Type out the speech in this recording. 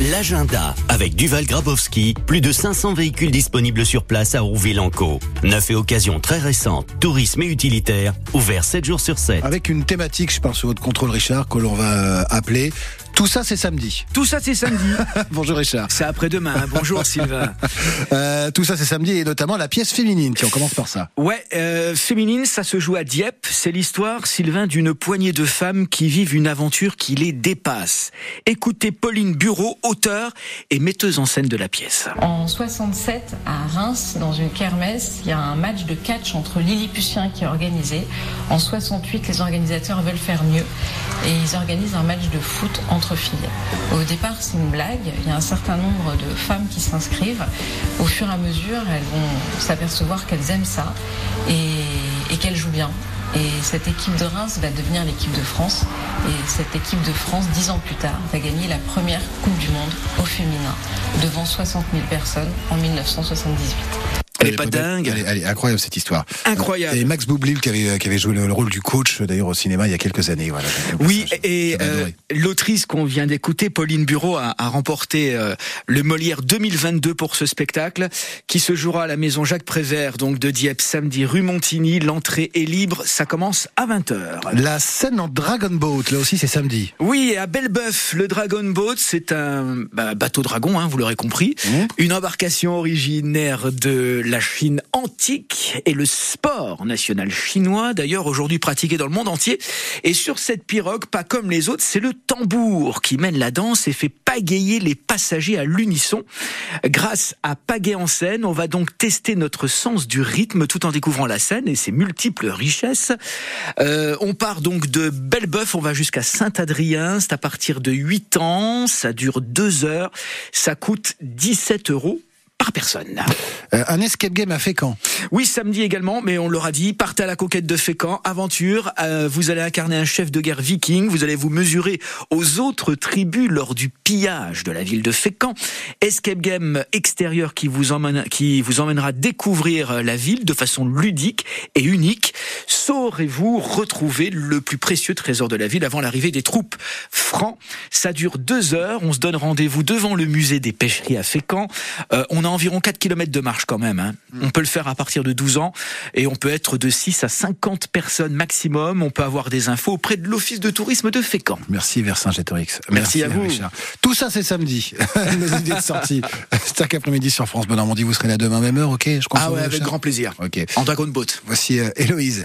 L'agenda avec Duval Grabowski, plus de 500 véhicules disponibles sur place à Rouville-en-Caux. Neuf et occasions très récentes, tourisme et utilitaire, ouvert 7 jours sur 7. Avec une thématique, je parle sous votre contrôle Richard, que l'on va appeler Tout ça c'est samedi. Tout ça c'est samedi. Bonjour Richard. C'est après-demain. Bonjour Sylvain. Tout ça c'est samedi et notamment la pièce féminine. Tiens, on commence par ça. Ouais, féminine, ça se joue à Dieppe. C'est l'histoire, Sylvain, d'une poignée de femmes qui vivent une aventure qui les dépasse. Écoutez Pauline Bureau, auteure et metteuse en scène de la pièce. En 67, à Reims, dans une kermesse, il y a un match de catch entre Lilliputien qui est organisé. En 68, les organisateurs veulent faire mieux et ils organisent un match de foot entre filles. Au départ, c'est une blague. Il y a un certain nombre de femmes qui s'inscrivent. Au fur et à mesure, elles vont s'apercevoir qu'elles aiment ça et qu'elles jouent bien. Et cette équipe de Reims va devenir l'équipe de France. Et cette équipe de France, 10 ans plus tard, va gagner la première Coupe du Monde au féminin devant 60 000 personnes en 1978. Elle est pas dingue. Elle est incroyable cette histoire. Incroyable. Et Max Boublil qui avait joué le rôle du coach d'ailleurs au cinéma il y a quelques années. Voilà, oui, et l'autrice qu'on vient d'écouter, Pauline Bureau, a remporté le Molière 2022 pour ce spectacle qui se jouera à la maison Jacques Prévert, donc de Dieppe, samedi rue Montigny. L'entrée est libre, ça commence à 20h. La scène en Dragon Boat, là aussi c'est samedi. Oui, et à Belbeuf, le Dragon Boat, c'est un bateau dragon, hein, vous l'aurez compris. Une embarcation originaire de la Chine antique et le sport national chinois, d'ailleurs aujourd'hui pratiqué dans le monde entier. Et sur cette pirogue, pas comme les autres, c'est le tambour qui mène la danse et fait pagayer les passagers à l'unisson. Grâce à Pagaie en scène, on va donc tester notre sens du rythme tout en découvrant la scène et ses multiples richesses. On part donc de Belbeuf, on va jusqu'à Saint-Adrien, c'est à partir de 8 ans, ça dure 2 heures, ça coûte 17 € par personne. Un escape game à Fécamp. Oui, samedi également, mais on l'aura dit, partez à la conquête de Fécamp, aventure, vous allez incarner un chef de guerre viking, vous allez vous mesurer aux autres tribus lors du pillage de la ville de Fécamp. Escape game extérieur qui vous emmènera découvrir la ville de façon ludique et unique. Saurez-vous retrouver le plus précieux trésor de la ville avant l'arrivée des troupes francs? Ça dure 2 heures, on se donne rendez-vous devant le musée des pêcheries à Fécamp. On a environ 4 km de marche quand même. Hein. On peut le faire à partir de 12 ans et on peut être de 6 à 50 personnes maximum. On peut avoir des infos auprès de l'office de tourisme de Fécamp. Merci Vercingétorix. Merci à vous. Richard. Tout ça c'est samedi. Nos idées de sortie. Stack après-midi sur France Bleu Normandie. Vous serez là demain même heure, ok? Je Ah ouais, avec grand plaisir. Ok. En Dragon Boat. Voici Héloïse.